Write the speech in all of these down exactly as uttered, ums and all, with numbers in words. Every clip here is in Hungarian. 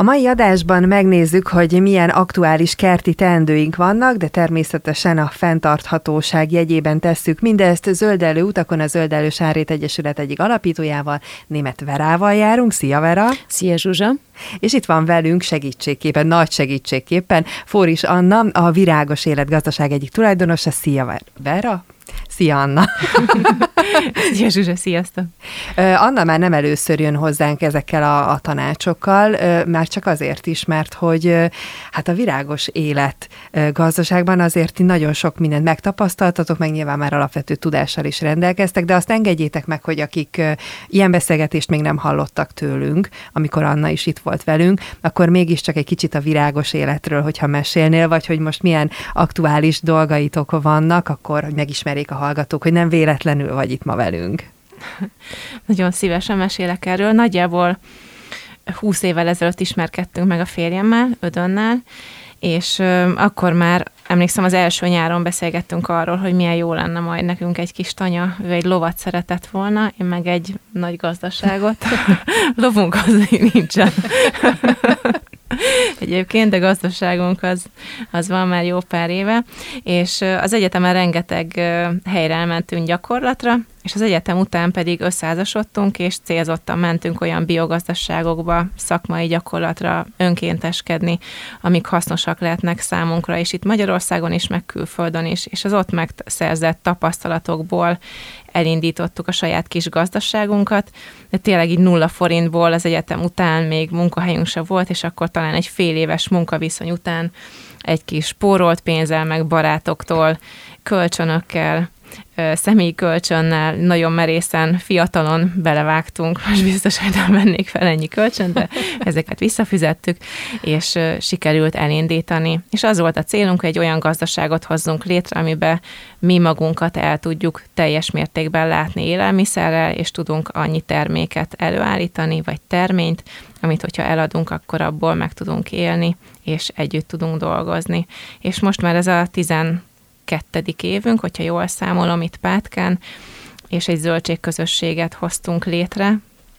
A mai adásban megnézzük, hogy milyen aktuális kerti teendőink vannak, de természetesen a fenntarthatóság jegyében tesszük mindezt. Zöldelő utakon a Zöldelő Sárrét Egyesület egyik alapítójával, Németh Verával járunk. Szia, Vera! Szia, Zsuzsa! És itt van velünk segítségképpen, nagy segítségképpen Fóris Anna, a Virágos Élet Gazdaság egyik tulajdonosa. Szia, Vera! Szia, Anna! Szia, Zsuzsa, sziasztok! Anna már nem először jön hozzánk ezekkel a, a tanácsokkal, már csak azért is, mert hogy hát a Virágos Élet Gazdaságban azért nagyon sok mindent megtapasztaltatok, meg nyilván már alapvető tudással is rendelkeztek, de azt engedjétek meg, hogy akik ilyen beszélgetést még nem hallottak tőlünk, amikor Anna is itt volt velünk, akkor mégiscsak egy kicsit a Virágos Életről, hogyha mesélnél, vagy hogy most milyen aktuális dolgaitok vannak, akkor hogy megismerjék a hallgatók, hogy nem véletlenül vagy itt ma velünk. Nagyon szívesen mesélek erről. Nagyjából húsz évvel ezelőtt ismerkedtünk meg a férjemmel, Ödönnel, és akkor már emlékszem, az első nyáron beszélgettünk arról, hogy milyen jó lenne majd nekünk egy kis tanya, ő egy lovat szeretett volna, én meg egy nagy gazdaságot. Lovunk az nincsen. Egyébként, de gazdaságunk az, az van már jó pár éve, és az egyetemen rengeteg helyre elmentünk gyakorlatra, és az egyetem után pedig összeházasodtunk, és célzottan mentünk olyan biogazdaságokba, szakmai gyakorlatra önkénteskedni, amik hasznosak lehetnek számunkra, és itt Magyarországon is, meg külföldön is, és az ott megszerzett tapasztalatokból elindítottuk a saját kis gazdaságunkat, de tényleg így nulla forintból az egyetem után még munkahelyünk se volt, és akkor talán egy fél éves munkaviszony után egy kis spórolt pénzzel, meg barátoktól, kölcsönökkel, személyi kölcsönnel, nagyon merészen, fiatalon belevágtunk, most biztos, hogy nem vennék fel ennyi kölcsön, de ezeket visszafizettük, és sikerült elindítani. És az volt a célunk, hogy egy olyan gazdaságot hozzunk létre, amiben mi magunkat el tudjuk teljes mértékben látni élelmiszerrel, és tudunk annyi terméket előállítani, vagy terményt, amit hogyha eladunk, akkor abból meg tudunk élni, és együtt tudunk dolgozni. És most már ez a tizen kettedik évünk, hogyha jól számolom itt Pátkán, és egy zöldségközösséget hoztunk létre,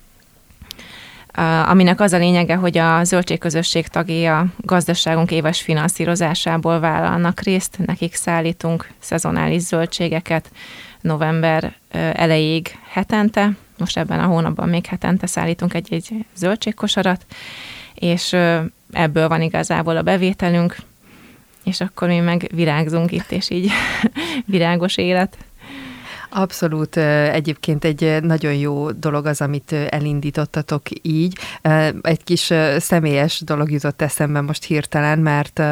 aminek az a lényege, hogy a zöldségközösség tagjai a gazdaságunk éves finanszírozásából vállalnak részt, nekik szállítunk szezonális zöldségeket november elejéig hetente, most ebben a hónapban még hetente szállítunk egy-egy zöldségkosarat, és ebből van igazából a bevételünk, és akkor mi meg virágzunk itt, és így virágos élet. Abszolút, egyébként egy nagyon jó dolog az, amit elindítottatok így. Egy kis személyes dolog jutott eszembe most hirtelen, mert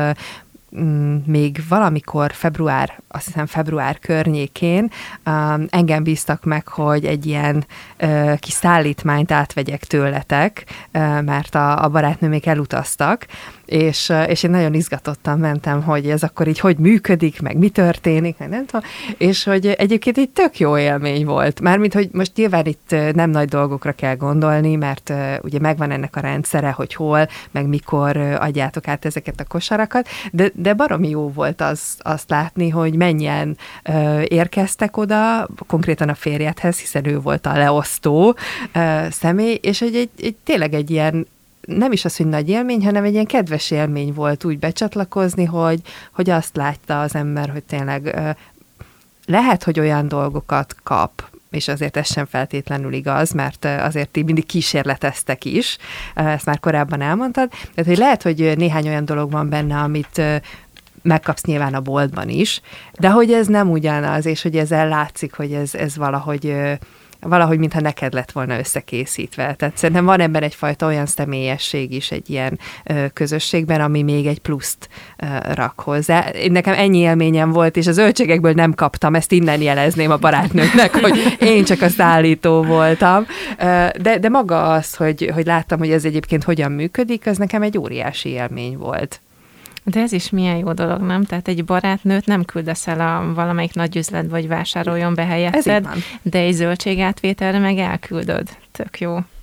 még valamikor február, azt hiszem február környékén um, engem bíztak meg, hogy egy ilyen uh, kis szállítmányt átvegyek tőletek, uh, mert a, a barátnőmék elutaztak, és, uh, és én nagyon izgatottan mentem, hogy ez akkor így hogy működik, meg mi történik, meg nem tudom, és hogy egyébként egy tök jó élmény volt. Mármint, hogy most nyilván itt nem nagy dolgokra kell gondolni, mert uh, ugye megvan ennek a rendszere, hogy hol, meg mikor uh, adjátok át ezeket a kosarakat, de de baromi jó volt az, azt látni, hogy mennyien ö, érkeztek oda, konkrétan a férjedhez, hiszen ő volt a leosztó ö, személy, és hogy egy, egy, tényleg egy ilyen, nem is az, hogy nagy élmény, hanem egy ilyen kedves élmény volt úgy becsatlakozni, hogy, hogy azt látta az ember, hogy tényleg ö, lehet, hogy olyan dolgokat kap, és azért ez sem feltétlenül igaz, mert azért ti mindig kísérleteztek is, ezt már korábban elmondtad, tehát hogy lehet, hogy néhány olyan dolog van benne, amit megkapsz nyilván a boltban is, de hogy ez nem ugyanaz, és hogy ezzel látszik, hogy ez, ez valahogy, valahogy mintha neked lett volna összekészítve. Tehát szerintem van ebben egyfajta olyan személyesség is egy ilyen közösségben, ami még egy pluszt rak hozzá. Én nekem ennyi élményem volt, és a zöldségekből nem kaptam, ezt innen jelezném a barátnőknek, hogy én csak a szállító voltam. De, de maga az, hogy, hogy láttam, hogy ez egyébként hogyan működik, az nekem egy óriási élmény volt. De ez is milyen jó dolog, nem? Tehát egy barátnőt nem küldesz el a valamelyik nagy üzlet, vagy vásároljon be helyetted, de egy zöldségátvételre meg elküldöd. Tök jó.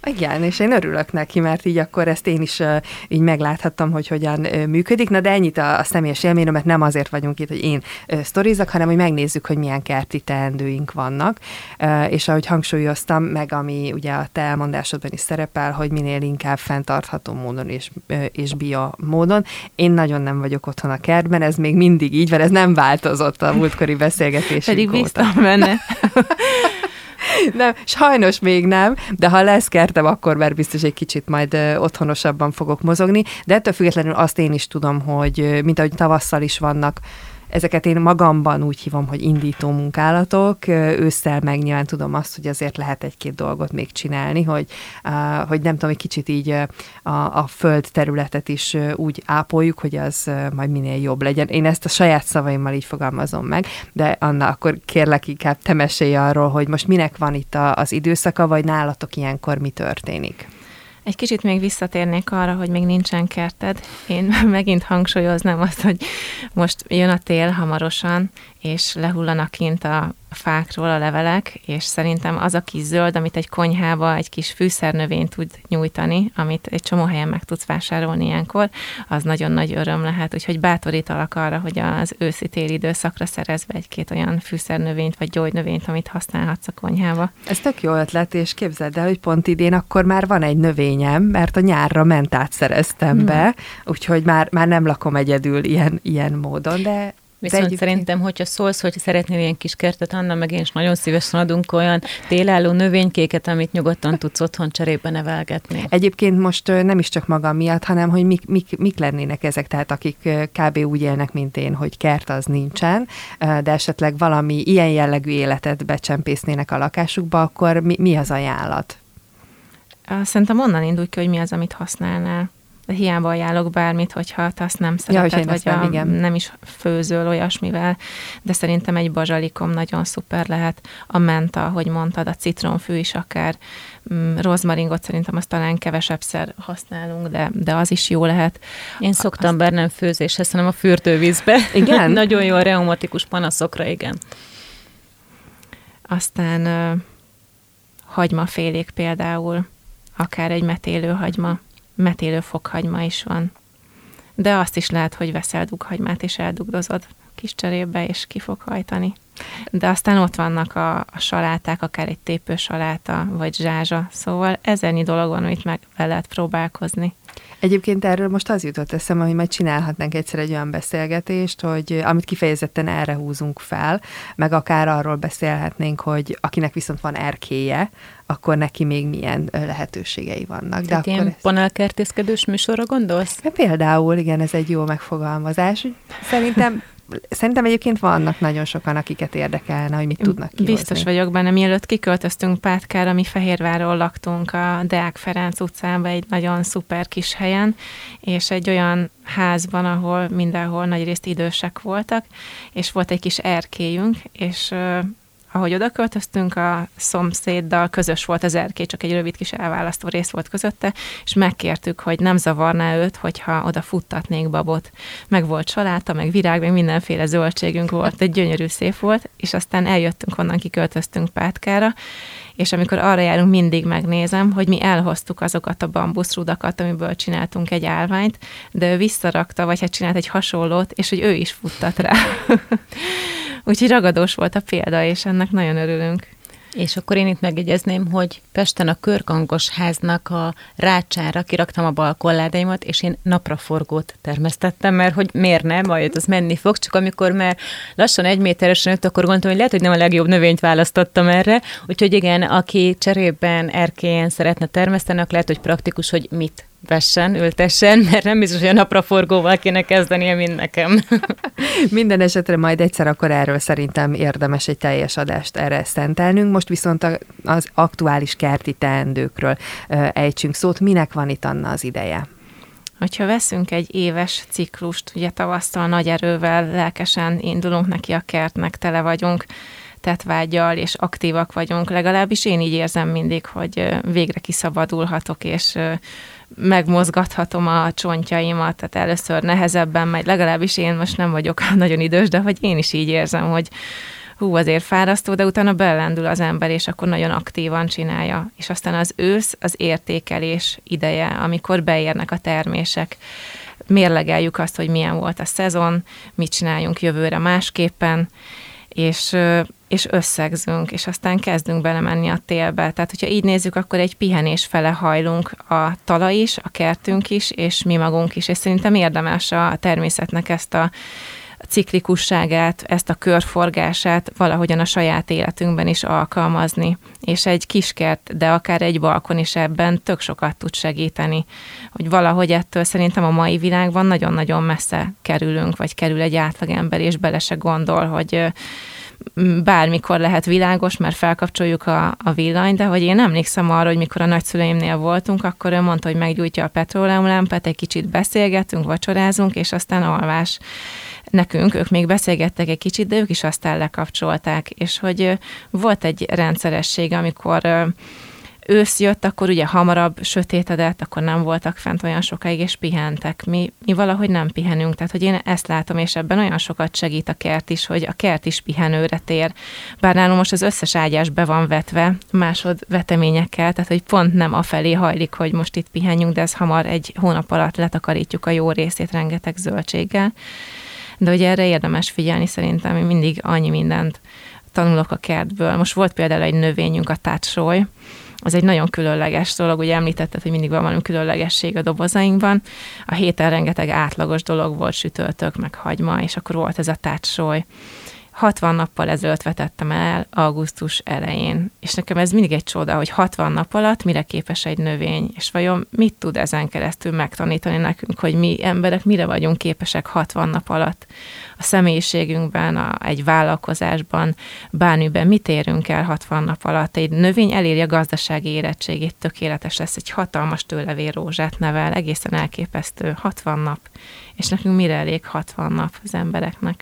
Igen, és én örülök neki, mert így akkor ezt én is uh, így megláthattam, hogy hogyan uh, működik. Na de ennyit a, a személyes élményről, mert nem azért vagyunk itt, hogy én uh, sztorizak, hanem hogy megnézzük, hogy milyen kerti teendőink vannak. Uh, és ahogy hangsúlyoztam, meg ami ugye a te elmondásodban is szerepel, hogy minél inkább fenntartható módon és, uh, és bio módon. Én nagyon nem vagyok otthon a kertben, ez még mindig így van, ez nem változott a múltkori beszélgetésünk Pedig óta. bíztam benne. Nem, sajnos még nem, de ha lesz kertem, akkor már biztos egy kicsit majd ö, otthonosabban fogok mozogni, de ettől függetlenül azt én is tudom, hogy ö, mint ahogy tavasszal is vannak, ezeket én magamban úgy hívom, hogy indító munkálatok, ősszel meg nyilván tudom azt, hogy azért lehet egy-két dolgot még csinálni, hogy, uh, hogy nem tudom, egy kicsit így uh, a, a föld területet is uh, úgy ápoljuk, hogy az uh, majd minél jobb legyen. Én ezt a saját szavaimmal így fogalmazom meg, de Anna, akkor kérlek inkább te mesélj arról, hogy most minek van itt a, az időszaka, vagy nálatok ilyenkor mi történik? Egy kicsit még visszatérnék arra, hogy még nincsen kerted. Én megint hangsúlyoznám azt, hogy most jön a tél hamarosan, és lehullanak kint a fákról a levelek, és szerintem az a kis zöld, amit egy konyhába egy kis fűszernövény tud nyújtani, amit egy csomó helyen meg tudsz vásárolni ilyenkor, az nagyon nagy öröm lehet. Úgyhogy bátorítalak arra, hogy az őszi-téli időszakra szerezz be egy-két olyan fűszernövényt vagy gyógynövényt, amit használhatsz a konyhába. Ez tök jó ötlet, és képzeld el, hogy pont idén akkor már van egy növényem, mert a nyárra mentát szereztem be, hmm. úgyhogy már, már nem lakom egyedül ilyen, ilyen módon, de Viszont egyébként... szerintem, hogyha szólsz, hogy szeretnél ilyen kis kertet, Anna, meg én is nagyon szívesen adunk olyan télálló növénykéket, amit nyugodtan tudsz otthon cserébe nevelgetni. Egyébként most nem is csak magam miatt, hanem hogy mik, mik, mik lennének ezek, tehát akik kb. Úgy élnek, mint én, hogy kert az nincsen, de esetleg valami ilyen jellegű életet becsempésznének a lakásukba, akkor mi, mi az ajánlat? Szerintem onnan indulj ki, hogy mi az, amit használnál. De hiába ajánlok bármit, hogyha te azt nem szereted, ja, vagy nem, a, igen. nem is főzöl olyasmivel, de szerintem egy bazsalikom nagyon szuper lehet. A menta, ahogy mondtad, a citronfű is akár, mm, rozmaringot szerintem azt talán kevesebbszer használunk, de, de az is jó lehet. Én szoktam azt... bár nem főzéshez, hanem a fürdővízbe. Igen? Nagyon jó a reumatikus panaszokra, igen. Aztán uh, hagymafélék például, akár egy metélő hagyma. Metélő fokhagyma is van. De azt is lehet, hogy veszel dughagymát, és eldugdozod kis cserébe, és ki fog hajtani. De aztán ott vannak a, a saláták, akár egy tépősaláta, vagy zsázsa. Szóval ezernyi dolog van, amit meg el lehet próbálkozni. Egyébként erről most az jutott eszembe, hogy majd csinálhatnánk egyszer egy olyan beszélgetést, hogy amit kifejezetten erre húzunk fel, meg akár arról beszélhetnénk, hogy akinek viszont van erkélye, akkor neki még milyen lehetőségei vannak. Tehát de ilyen akkor ezt... panelkertészkedős műsorra gondolsz? Például, igen, ez egy jó megfogalmazás. Szerintem Szerintem egyébként vannak nagyon sokan, akiket érdekelne, hogy mit tudnak kihozni. Biztos vagyok benne. Mielőtt kiköltöztünk Pátkára, mi Fehérvárról laktunk a Deák Ferenc utcában egy nagyon szuper kis helyen, és egy olyan házban, ahol mindenhol nagyrészt idősek voltak, és volt egy kis erkélyünk, és ahogy oda költöztünk, a szomszéddal közös volt az erkély, csak egy rövid kis elválasztó rész volt közötte, és megkértük, hogy nem zavarná őt, hogyha oda futtatnék babot. Meg volt saláta, meg virág, meg mindenféle zöldségünk volt, egy gyönyörű szép volt, és aztán eljöttünk onnan, kiköltöztünk Pátkára, és amikor arra járunk, mindig megnézem, hogy mi elhoztuk azokat a bambuszrudakat, amiből csináltunk egy állványt, de ő visszarakta, vagy hát csinált egy hasonlót, és hogy ő is futtat rá. Úgyhogy ragadós volt a példa, és ennek nagyon örülünk. És akkor én itt megjegyezném, hogy Pesten a Körkangos háznak a rácsára kiraktam a balkonládaimat, és én napraforgót termesztettem, mert hogy miért nem, majd az menni fog, csak amikor már lassan egy méteresen nőtt, akkor gondoltam, hogy lehet, hogy nem a legjobb növényt választottam erre, úgyhogy igen, aki cserében erkélyen szeretne termeszteni, lehet, hogy praktikus, hogy mit vessen, ültessen, mert nem biztos, hogy a napraforgóval kéne kezdenie, mint nekem. Minden esetre majd egyszer akkor erről szerintem érdemes egy teljes adást erre szentelnünk. Most viszont az aktuális kerti teendőkről ejtsünk szót. Minek van itt, Anna, az ideje? Hogyha veszünk egy éves ciklust, ugye tavasztal nagy erővel, lelkesen indulunk neki a kertnek, tele vagyunk tettvággyal, és aktívak vagyunk. Legalábbis én így érzem mindig, hogy végre kiszabadulhatok, és megmozgathatom a csontjaimat, tehát először nehezebben megy, legalábbis én most nem vagyok nagyon idős, de hogy én is így érzem, hogy hú, azért fárasztó, de utána belendül az ember, és akkor nagyon aktívan csinálja. És aztán az ősz az értékelés ideje, amikor beérnek a termések. Mérlegeljük azt, hogy milyen volt a szezon, mit csináljunk jövőre másképpen, és, és összegzünk, és aztán kezdünk belemenni a télbe. Tehát, hogyha így nézzük, akkor egy pihenés fele hajlunk a talaj is, a kertünk is, és mi magunk is. És szerintem érdemes a természetnek ezt a ciklikusságát, ezt a körforgását valahogyan a saját életünkben is alkalmazni. És egy kiskert, de akár egy balkon is ebben tök sokat tud segíteni. Hogy valahogy ettől szerintem a mai világban nagyon-nagyon messze kerülünk, vagy kerül egy átlagember, és bele se gondol, hogy bármikor lehet világos, mert felkapcsoljuk a, a villanyt, de hogy én emlékszem arra, hogy mikor a nagyszüleimnél voltunk, akkor ő mondta, hogy meggyújtja a petróleumlámpát, egy kicsit beszélgetünk, vacsorázunk, és aztán alvás. Nekünk, ők még beszélgettek egy kicsit, de ők is aztán lekapcsolták, és hogy volt egy rendszeresség, amikor ősz jött, akkor ugye hamarabb sötétedett, akkor nem voltak fent olyan sokáig, és pihentek. Mi, mi valahogy nem pihenünk, tehát hogy én ezt látom, és ebben olyan sokat segít a kert is, hogy a kert is pihenőre tér. Bár nálunk most az összes ágyás be van vetve másod veteményekkel, tehát hogy pont nem afelé hajlik, hogy most itt pihenjünk, de ez hamar egy hónap alatt letakarítjuk a jó részét rengeteg zöldséggel. De hogy erre érdemes figyelni szerintem, én mindig annyi mindent tanulok a kertből. Most volt például egy növényünk, a tácsoly, az egy nagyon különleges dolog, ugye említetted, hogy mindig van valami különlegesség a dobozainkban. A héten rengeteg átlagos dolog volt, sütöltök, meg hagyma, és akkor volt ez a tácsoly. hatvan nappal ezelőtt vetettem el, augusztus elején. És nekem ez mindig egy csoda, hogy hatvan nap alatt mire képes egy növény, és vajon mit tud ezen keresztül megtanítani nekünk, hogy mi emberek mire vagyunk képesek hatvan nap alatt. A személyiségünkben, a, egy vállalkozásban, bármiben mit érünk el hatvan nap alatt. Egy növény eléri a gazdasági érettségét, tökéletes lesz, egy hatalmas tőlevérrózsát nevel, egészen elképesztő, hatvan nap. És nekünk mire elég hatvan nap az embereknek?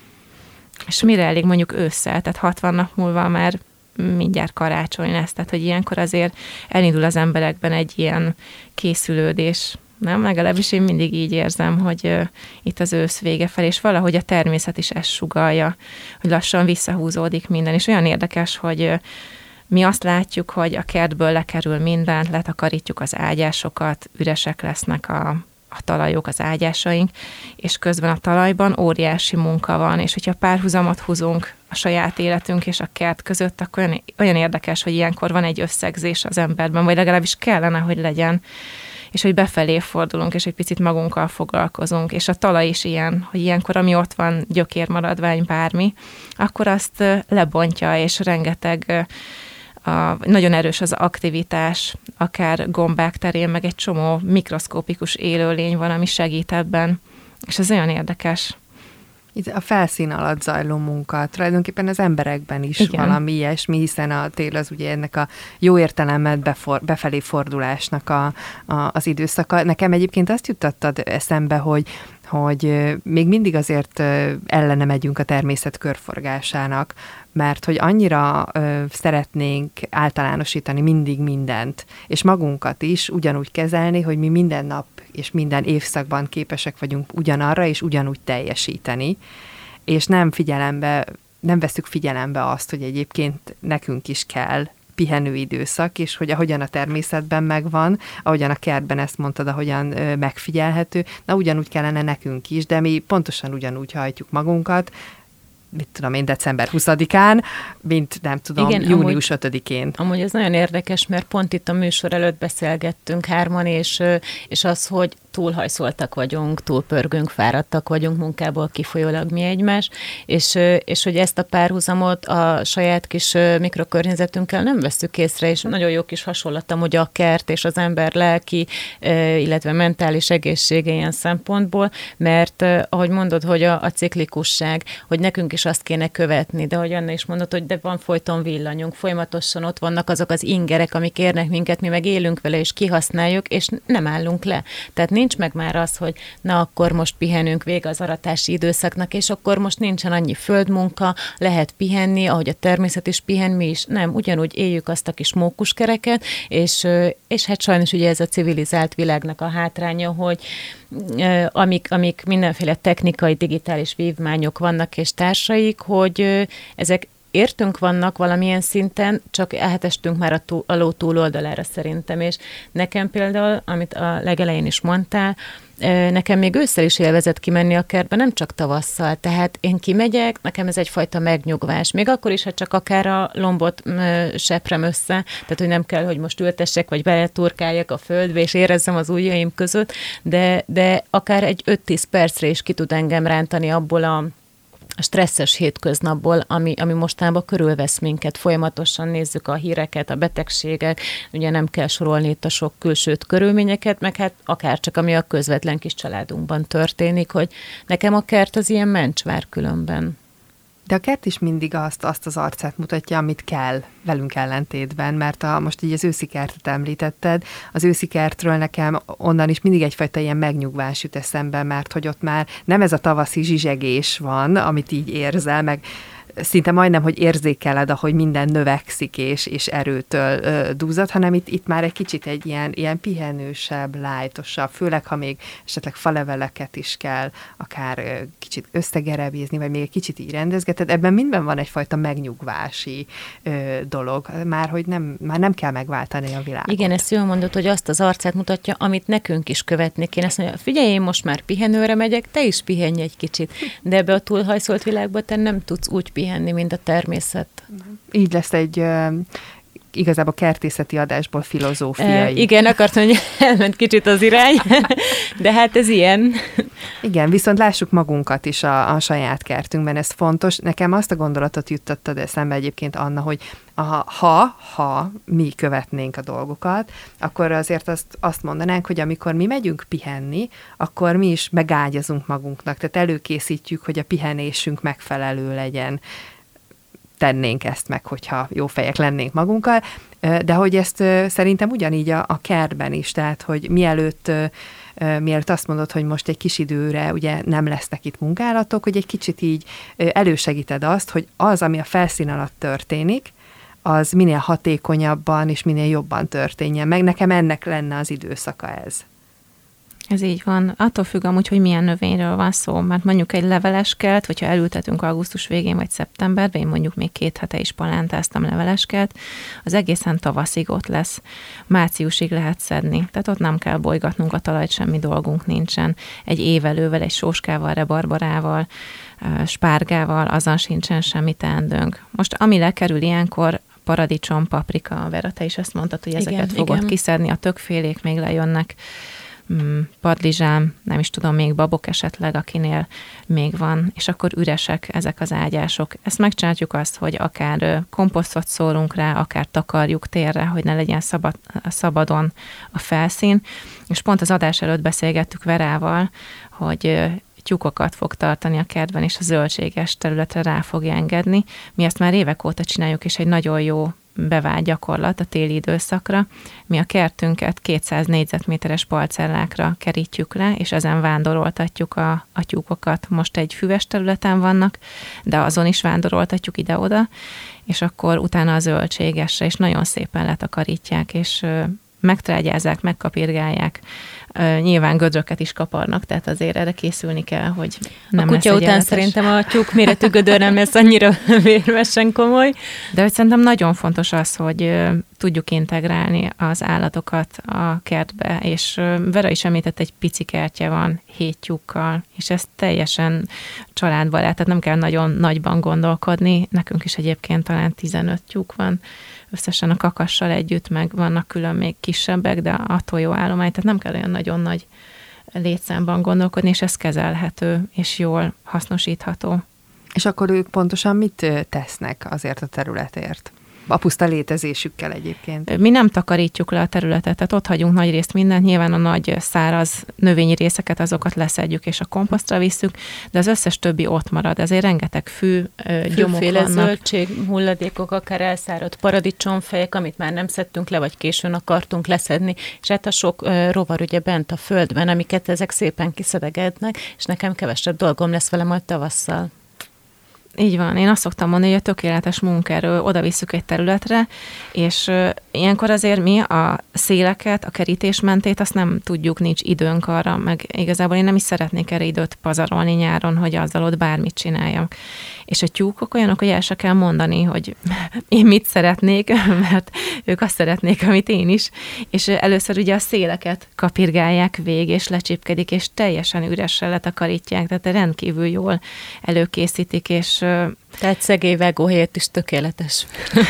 És mire elég mondjuk ősszel, tehát hatvan nap múlva már mindjárt karácsony lesz, tehát hogy ilyenkor azért elindul az emberekben egy ilyen készülődés, nem? Legalábbis én mindig így érzem, hogy uh, itt az ősz vége fel, és valahogy a természet is ezt sugallja, hogy lassan visszahúzódik minden, és olyan érdekes, hogy uh, mi azt látjuk, hogy a kertből lekerül mindent, letakarítjuk az ágyásokat, üresek lesznek a a talajok, az ágyásaink, és közben a talajban óriási munka van, és hogyha párhuzamot húzunk a saját életünk és a kert között, akkor olyan, olyan érdekes, hogy ilyenkor van egy összegzés az emberben, vagy legalábbis kellene, hogy legyen, és hogy befelé fordulunk, és egy picit magunkkal foglalkozunk, és a talaj is ilyen, hogy ilyenkor, ami ott van, gyökérmaradvány, bármi, akkor azt lebontja, és rengeteg A, nagyon erős az aktivitás, akár gombák terén, meg egy csomó mikroszkópikus élőlény van, ami segít ebben, és ez olyan érdekes. Itt a felszín alatt zajló munka, tulajdonképpen az emberekben is igen. Valami ilyesmi, hiszen a tél az ugye ennek a jó értelemben befor, befelé fordulásnak a, a, az időszaka. Nekem egyébként azt juttattad eszembe, hogy hogy még mindig azért ellene megyünk a természet körforgásának, mert hogy annyira ö, szeretnénk általánosítani mindig mindent, és magunkat is ugyanúgy kezelni, hogy mi minden nap és minden évszakban képesek vagyunk ugyanarra és ugyanúgy teljesíteni, és nem figyelembe, nem veszük figyelembe azt, hogy egyébként nekünk is kell pihenő időszak, és hogy ahogyan a természetben megvan, ahogyan a kertben ezt mondtad, ahogyan ö, megfigyelhető, na ugyanúgy kellene nekünk is, de mi pontosan ugyanúgy hajtjuk magunkat, mit tudom én, december huszadikán, mint nem tudom, igen, június ötödikén. Amúgy ez nagyon érdekes, mert pont itt a műsor előtt beszélgettünk hárman, és, és az, hogy túlhajszoltak vagyunk, túlpörgünk, fáradtak vagyunk munkából kifolyólag mi egymás, és, és hogy ezt a párhuzamot a saját kis mikrokörnyezetünkkel nem vesszük észre, és nagyon jó kis hasonlatom, hogy a kert és az ember lelki, illetve mentális egészsége ilyen szempontból, mert ahogy mondod, hogy a, a ciklikusság, hogy nekünk is azt kéne követni, de ahogy Anna is mondod, hogy de van folyton villanyunk, folyamatosan ott vannak azok az ingerek, amik érnek minket, mi meg élünk vele, és kihasználjuk, és nem állunk le. Tehát nincs meg már az, hogy na akkor most pihenünk, vége az aratási időszaknak, és akkor most nincsen annyi földmunka, lehet pihenni, ahogy a természet is pihen, mi is. Nem, ugyanúgy éljük azt a kis mókuskereket, és, és hát sajnos ugye ez a civilizált világnak a hátránya, hogy amik, amik mindenféle technikai, digitális vívmányok vannak és társaik, hogy ezek értünk vannak valamilyen szinten, csak elhetestünk már a, túl, a ló túloldalára szerintem, és nekem például, amit a legelején is mondtál, nekem még ősszel is élvezett kimenni a kertbe, nem csak tavasszal, tehát én kimegyek, nekem ez egyfajta megnyugvás, még akkor is, ha csak akár a lombot seprem össze, tehát hogy nem kell, hogy most ültessek, vagy beleturkáljak a földbe, és érezzem az ujjaim között, de, de akár egy öt-tíz percre is ki tud engem rántani abból a a stresszes hétköznapból, ami, ami mostanában körülvesz minket, folyamatosan nézzük a híreket, a betegségek, ugye nem kell sorolni itt a sok külsőt körülményeket, meg hát akár csak ami a közvetlen kis családunkban történik, hogy nekem a kert az ilyen mencsvár különben. De a kert is mindig azt, azt az arcát mutatja, amit kell velünk ellentétben, mert a, most így az őszi kertet említetted, az őszi kertről nekem onnan is mindig egyfajta ilyen megnyugvás jut eszembe, mert hogy ott már nem ez a tavaszi zsizsegés van, amit így érzel, meg szinte majdnem, hogy érzékeled, ahogy minden növekszik és, és erőtől ö, duzzad, hanem itt, itt már egy kicsit egy ilyen, ilyen pihenősebb, lájtosabb, főleg, ha még esetleg faleveleket is kell akár ö, kicsit összegerebézni, vagy még egy kicsit így rendezgeted, ebben mindben van egyfajta megnyugvási ö, dolog, már hogy nem, már nem kell megváltani a világot. Igen, ezt jól mondod, hogy azt az arcát mutatja, amit nekünk is követni kéne. Azt mondja, figyelj, én most már pihenőre megyek, te is pihenj egy kicsit, de ebbe a túlhajszolt világba te nem tudsz úgy pihenni, mint a természet. Így lesz egy uh, igazából kertészeti adásból filozófiai. Uh, igen, akartam, hogy elment kicsit az irány, de hát ez ilyen. Igen, viszont lássuk magunkat is a, a saját kertünkben, ez fontos. Nekem azt a gondolatot juttattad eszembe egyébként, Anna, hogy ha, ha, ha mi követnénk a dolgokat, akkor azért azt, azt mondanánk, hogy amikor mi megyünk pihenni, akkor mi is megágyazunk magunknak, tehát előkészítjük, hogy a pihenésünk megfelelő legyen. Tennénk ezt meg, hogyha jó fejek lennénk magunkkal, de hogy ezt szerintem ugyanígy a, a kertben is, tehát hogy mielőtt, mielőtt azt mondod, hogy most egy kis időre ugye nem lesznek itt munkálatok, hogy egy kicsit így elősegíted azt, hogy az, ami a felszín alatt történik, az minél hatékonyabban és minél jobban történjen meg. Nekem ennek lenne az időszaka ez. Ez így van. Attól függ amúgy, hogy milyen növényről van szó, mert mondjuk egy leveleskelt, hogyha elültetünk augusztus végén vagy szeptemberben, én mondjuk még két hete is palántáztam leveleskelt, az egészen tavaszig ott lesz. Márciusig lehet szedni, tehát ott nem kell bolygatnunk a talajt, semmi dolgunk nincsen. Egy évelővel, egy sóskával, rebarbarával, spárgával, azon sincsen semmi teendőnk. Most ami lekerül ilyenkor, paradicsom, paprika, Vera, te is ezt mondtad, hogy ezeket igen, fogod igen. kiszedni, a többfélék még lejönnek, padlizsám, nem is tudom, még babok esetleg, akinél még van, és akkor üresek ezek az ágyások. Ezt megcsináljuk azt, hogy akár komposztot szórunk rá, akár takarjuk térre, hogy ne legyen szabad, szabadon a felszín, és pont az adás előtt beszélgettük Verával, hogy tyúkokat fog tartani a kertben, és a zöldséges területre rá fogja engedni. Mi ezt már évek óta csináljuk, és egy nagyon jó bevált gyakorlat a téli időszakra. Mi a kertünket kétszáz négyzetméteres parcellákra kerítjük le, és ezen vándoroltatjuk a, a tyúkokat. Most egy füves területen vannak, de azon is vándoroltatjuk ide-oda, és akkor utána a zöldségesre, és nagyon szépen letakarítják, és megtrágyázzák, megkapirgálják. Nyilván gödröket is kaparnak, tehát azért erre készülni kell, hogy nem a kutya lesz után egyenletes. Szerintem a tyúk méretű gödör nem lesz annyira vérvesen komoly. De hogy szerintem nagyon fontos az, hogy tudjuk integrálni az állatokat a kertbe, és Vera is említett, egy pici kertje van hét tyúkkal, és ez teljesen családbarát, tehát nem kell nagyon nagyban gondolkodni. Nekünk is egyébként talán tizenöt tyúk van, összesen a kakassal együtt, meg vannak külön még kisebbek, de a tojóállomány, tehát nem kell olyan nagyon nagy létszámban gondolkodni, és ez kezelhető, és jól hasznosítható. És akkor ők pontosan mit tesznek azért a területért? A puszta létezésükkel egyébként. Mi nem takarítjuk le a területet, tehát ott hagyunk nagy részt mindent, nyilván a nagy száraz növényi részeket, azokat leszedjük és a komposztra visszük, de az összes többi ott marad, ezért rengeteg fű, gyomok vannak. Zöldség, hulladékok, akár elszáradt paradicsomfejek, amit már nem szedtünk le, vagy későn akartunk leszedni, és hát a sok rovar ugye bent a földben, amiket ezek szépen kiszedegednek, és nekem kevesebb dolgom lesz vele majd tavasszal. Így van. Én azt szoktam mondani, hogy a tökéletes munkaerő, oda visszük egy területre, és ilyenkor azért mi a széleket, a kerítésmentét, azt nem tudjuk, nincs időnk arra, meg igazából én nem is szeretnék erre időt pazarolni nyáron, hogy azzal ott bármit csináljak. És a tyúkok olyanok, hogy el se kell mondani, hogy én mit szeretnék, mert ők azt szeretnék, amit én is. És először ugye a széleket kapirgálják végig, és lecsipkedik, és teljesen üressel letakarítják, tehát rendkívül jól előkészítik, és tehát szegély vágó helyett is tökéletes.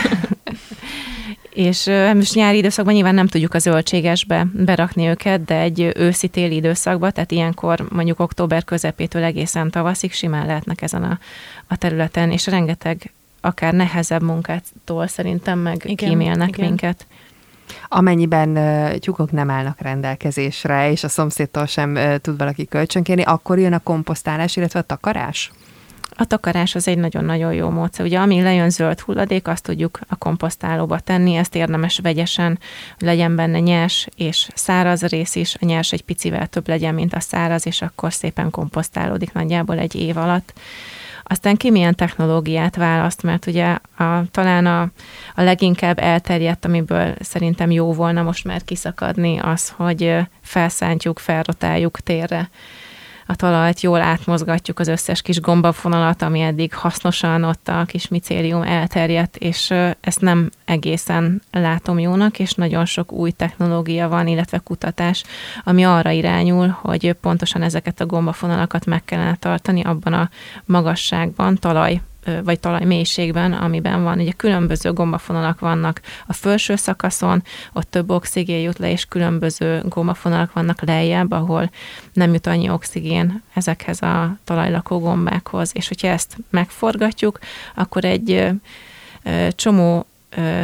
És most nyári időszakban nyilván nem tudjuk a zöldségesbe berakni őket, de egy őszi-téli időszakban, tehát ilyenkor mondjuk október közepétől egészen tavaszig simán lehetnek ezen a, a területen, és rengeteg akár nehezebb munkától szerintem meg igen, kímélnek igen. minket. Amennyiben uh, tyúkok nem állnak rendelkezésre, és a szomszédtól sem uh, tud valaki kölcsönkérni, akkor jön a komposztálás, illetve a takarás? A takarás az egy nagyon-nagyon jó módszer. Ugye ami lejön zöld hulladék, azt tudjuk a komposztálóba tenni, ezt érdemes vegyesen, hogy legyen benne nyers és száraz rész is, a nyers egy picivel több legyen, mint a száraz, és akkor szépen komposztálódik nagyjából egy év alatt. Aztán ki milyen technológiát választ, mert ugye a, talán a, a leginkább elterjedt, amiből szerintem jó volna most már kiszakadni, az, hogy felszántjuk, felrotáljuk térre a talajt, jól átmozgatjuk az összes kis gombafonalat, ami eddig hasznosan ott a kis micélium elterjedt, és ezt nem egészen látom jónak, és nagyon sok új technológia van, illetve kutatás, ami arra irányul, hogy pontosan ezeket a gombafonalakat meg kellene tartani abban a magasságban, talaj vagy talajmélységben, amiben van. Ugye különböző gombafonalak vannak a felső szakaszon, ott több oxigén jut le, és különböző gombafonalak vannak lejjebb, ahol nem jut annyi oxigén ezekhez a talajlakó gombákhoz. És hogyha ezt megforgatjuk, akkor egy ö, ö, csomó ö,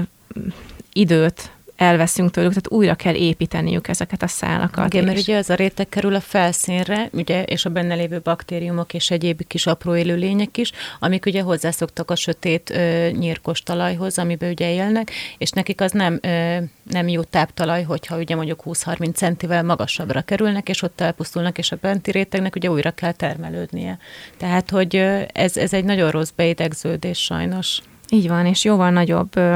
időt elveszünk tőlük, tehát újra kell építeniük ezeket a szálakat. Igen, mert ugye az a réteg kerül a felszínre, ugye, és a benne lévő baktériumok és egyéb kis apró élőlények is, amik ugye hozzászoktak a sötét ö, nyírkos talajhoz, amiben ugye élnek, és nekik az nem, ö, nem jó táptalaj, hogyha ugye mondjuk húsz-harminc centivel magasabbra kerülnek, és ott elpusztulnak, és a benti rétegnek ugye újra kell termelődnie. Tehát, hogy ö, ez, ez egy nagyon rossz beidegződés sajnos. Így van, és jóval nagyobb ö,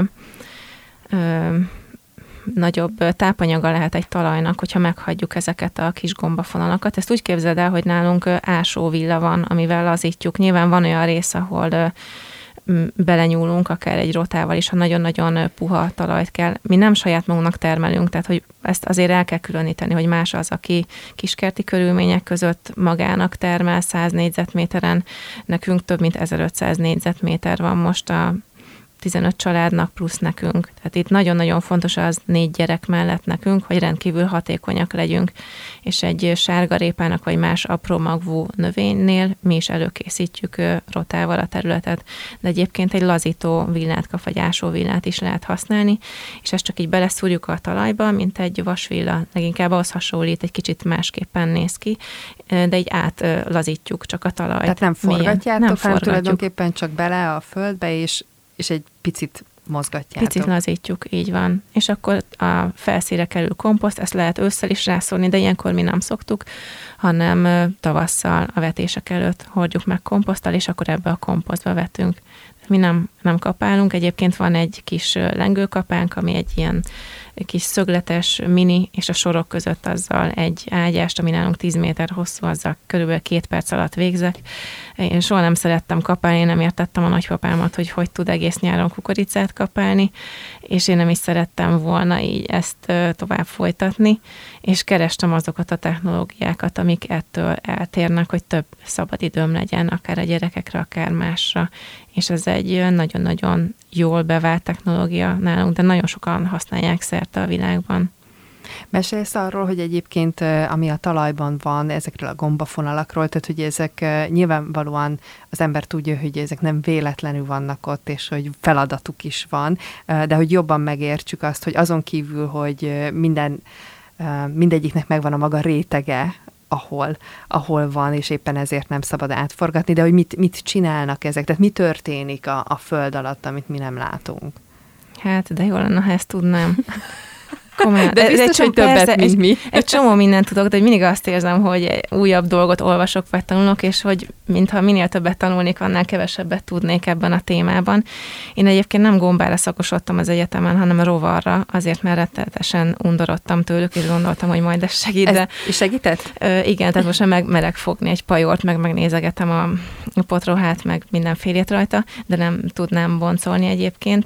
ö, nagyobb tápanyaga lehet egy talajnak, hogyha meghagyjuk ezeket a kis gombafonalakat. Ezt úgy képzeld el, hogy nálunk ásóvilla van, amivel lazítjuk. Nyilván van olyan rész, ahol belenyúlunk, akár egy rotával is, ha nagyon-nagyon puha talajt kell. Mi nem saját magunknak termelünk, tehát hogy ezt azért el kell különíteni, hogy más az, aki kiskerti körülmények között magának termel száz négyzetméteren. Nekünk több mint ezerötszáz négyzetméter van most a tizenöt családnak plusz nekünk. Tehát itt nagyon-nagyon fontos az négy gyerek mellett nekünk, hogy rendkívül hatékonyak legyünk, és egy sárgarépának vagy más apró magvú növénynél mi is előkészítjük rotával a területet, de egyébként egy lazító villátka vagy ásóvillát is lehet használni, és ezt csak így beleszúrjuk a talajba, mint egy vasvilla, leginkább ahhoz hasonlít, egy kicsit másképpen néz ki, de így átlazítjuk csak a talajt. Tehát nem forgatjátok, nem forgatjuk. Tulajdonképpen csak bele a földbe, és és egy picit mozgatjátok. Picit lazítjuk, így van. És akkor a felszínre kerül komposzt, ezt lehet ősszel is rászórni, de ilyenkor mi nem szoktuk, hanem tavasszal a vetések előtt hordjuk meg komposzttal, és akkor ebbe a komposztba vetünk. Mi nem, nem kapálunk, egyébként van egy kis lengőkapánk, ami egy ilyen kis szögletes mini, és a sorok között azzal egy ágyást, ami nálunk tíz méter hosszú, azzal körülbelül két perc alatt végzek. Én soha nem szerettem kapálni, én nem értettem a nagypapámat, hogy hogy tud egész nyáron kukoricát kapálni, és én nem is szerettem volna így ezt tovább folytatni, és kerestem azokat a technológiákat, amik ettől eltérnek, hogy több szabadidőm legyen, akár a gyerekekre, akár másra, és ez egy nagyon-nagyon jól bevált technológia nálunk, de nagyon sokan használják szerte a világban. Mesélsz arról, hogy egyébként, ami a talajban van, ezekről a gombafonalakról, tehát hogy ezek nyilvánvalóan az ember tudja, hogy ezek nem véletlenül vannak ott, és hogy feladatuk is van, de hogy jobban megértsük azt, hogy azon kívül, hogy minden, mindegyiknek megvan a maga rétege, ahol, ahol van, és éppen ezért nem szabad átforgatni, de hogy mit, mit csinálnak ezek, tehát mi történik a, a föld alatt, amit mi nem látunk. Hát, de jó lenne, ha ezt tudnám. Komolyan. De biztos, hogy többet, persze, mint egy, mi. Egy csomó mindent tudok, de mindig azt érzem, hogy egy újabb dolgot olvasok, vagy tanulok, és hogy mintha minél többet tanulnék, annál kevesebbet tudnék ebben a témában. Én egyébként nem gombára szakosodtam az egyetemen, hanem rovarra, azért mert rettenetesen undorodtam tőlük, és gondoltam, hogy majd ez segít. Ez de, és segített? Ö, igen, tehát most meg merek fogni egy pajort, meg megnézegetem a, a potrohát, meg mindenfélét rajta, de nem tudnám boncolni egyébként.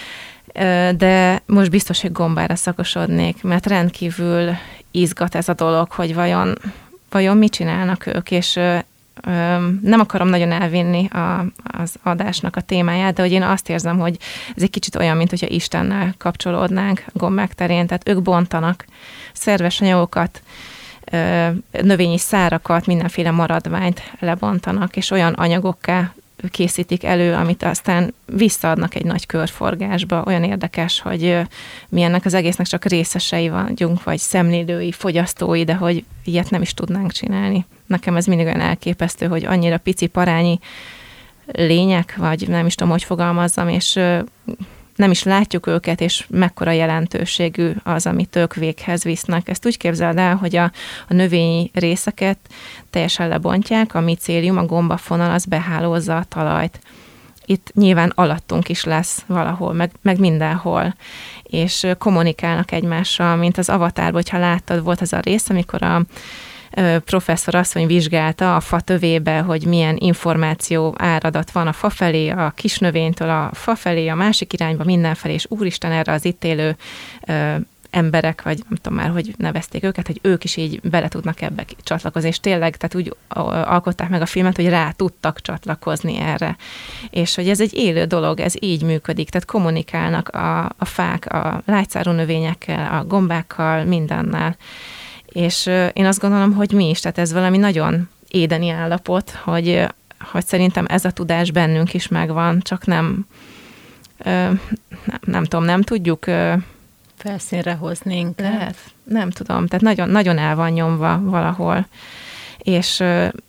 De most biztos, hogy gombára szakosodnék, mert rendkívül izgat ez a dolog, hogy vajon, vajon mit csinálnak ők, és ö, ö, nem akarom nagyon elvinni a, az adásnak a témáját, de hogy én azt érzem, hogy ez egy kicsit olyan, mint hogyha Istennel kapcsolódnánk a gombák terén, tehát ők bontanak szerves anyagokat, ö, növényi szárakat, mindenféle maradványt lebontanak, és olyan anyagokká készítik elő, amit aztán visszaadnak egy nagy körforgásba. Olyan érdekes, hogy mi ennek az egésznek csak részesei vagyunk, vagy szemlélői, fogyasztói, de hogy ilyet nem is tudnánk csinálni. Nekem ez mindig olyan elképesztő, hogy annyira pici parányi lények, vagy nem is tudom, hogy fogalmazzam, és nem is látjuk őket, és mekkora jelentőségű az, amit ők véghez visznek. Ezt úgy képzeld el, hogy a, a növényi részeket teljesen lebontják, a micélium, a gombafonal, az behálózza a talajt. Itt nyilván alattunk is lesz valahol, meg, meg mindenhol. És kommunikálnak egymással, mint az Avatárban, hogyha láttad, volt az a rész, amikor a professzor asszony vizsgálta a fa tövébe, hogy milyen információ áradat van a fa felé, a kis növénytől a fa felé, a másik irányba, mindenfelé, és úristen, erre az itt élő ö, emberek, vagy nem tudom már, hogy nevezték őket, hogy ők is így bele tudnak ebbe csatlakozni, és tényleg, tehát úgy alkották meg a filmet, hogy rá tudtak csatlakozni erre. És hogy ez egy élő dolog, ez így működik, tehát kommunikálnak a, a fák, a lágyszárú növényekkel, a gombákkal, mindennel. És én azt gondolom, hogy mi is, tehát ez valami nagyon édeni állapot, hogy, hogy szerintem ez a tudás bennünk is megvan, csak nem, nem, nem tudom, nem tudjuk felszínre hozni inkább. Lehet, nem tudom, tehát nagyon, nagyon el van nyomva valahol, és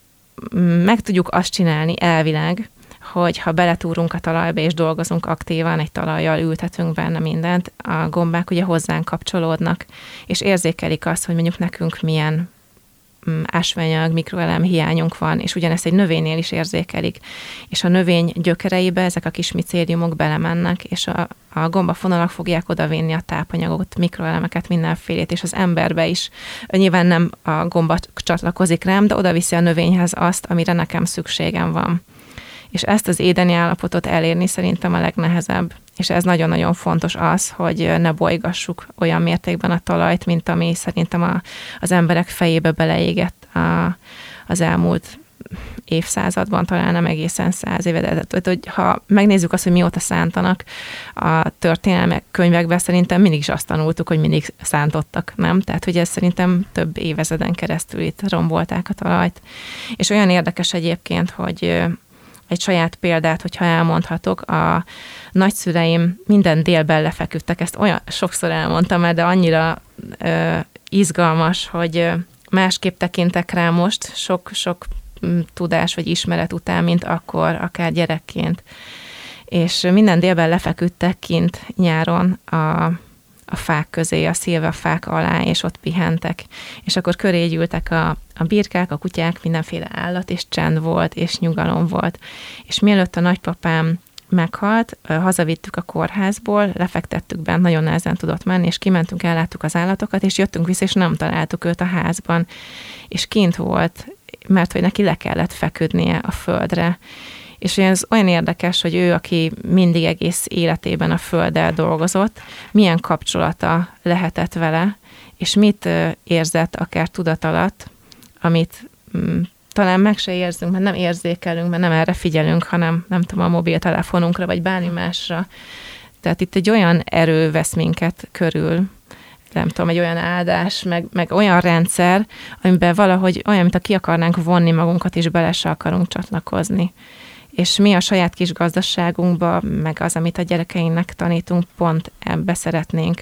meg tudjuk azt csinálni elvileg, hogy ha beletúrunk a talajba és dolgozunk aktívan, egy talajjal ültetünk benne mindent, a gombák ugye hozzánk kapcsolódnak, és érzékelik azt, hogy mondjuk nekünk milyen ásványanyag, mikroelem hiányunk van, és ugyanezt egy növénynél is érzékelik. És a növény gyökereibe ezek a kis micéliumok belemennek, és a, a gombafonalak fogják odavinni a tápanyagot, mikroelemeket, mindenfélét, és az emberbe is. Nyilván nem a gomba csatlakozik rám, de oda viszi a növényhez azt, amire nekem szükségem van. És ezt az édeni állapotot elérni szerintem a legnehezebb. És ez nagyon-nagyon fontos az, hogy ne bolygassuk olyan mértékben a talajt, mint ami szerintem a, az emberek fejébe beleégett a, az elmúlt évszázadban, talán nem egészen száz éve, de hogy ha megnézzük azt, hogy mióta szántanak a történelmi könyvekben, szerintem mindig is azt tanultuk, hogy mindig szántottak, nem? Tehát, hogy ez szerintem több évezreden keresztül itt rombolták a talajt. És olyan érdekes egyébként, hogy egy saját példát, hogyha elmondhatok, a nagyszüleim minden délben lefeküdtek, ezt olyan sokszor elmondtam el, de annyira ö, izgalmas, hogy másképp tekintek rá most, sok-sok tudás vagy ismeret után, mint akkor, akár gyerekként. És minden délben lefeküdtek kint nyáron a a fák közé, a szilvafák alá, és ott pihentek. És akkor köré gyűltek a, a birkák, a kutyák, mindenféle állat, és csend volt, és nyugalom volt. És mielőtt a nagypapám meghalt, hazavittük a kórházból, lefektettük bent, nagyon nehezen tudott menni, és kimentünk, elláttuk az állatokat, és jöttünk vissza, és nem találtuk őt a házban. És kint volt, mert hogy neki le kellett feküdnie a földre. És ez olyan érdekes, hogy ő, aki mindig egész életében a földdel dolgozott, milyen kapcsolata lehetett vele, és mit érzett akár tudat alatt, amit mm, talán meg se érzünk, mert nem érzékelünk, mert nem erre figyelünk, hanem nem tudom, a mobiltelefonunkra, vagy bármi másra. Tehát itt egy olyan erő vesz minket körül, nem tudom, egy olyan áldás, meg, meg olyan rendszer, amiben valahogy olyan, mint ha ki akarnánk vonni magunkat, és bele se akarunk csatlakozni. És mi a saját kis gazdaságunkba, meg az, amit a gyerekeinknek tanítunk, pont ebbe szeretnénk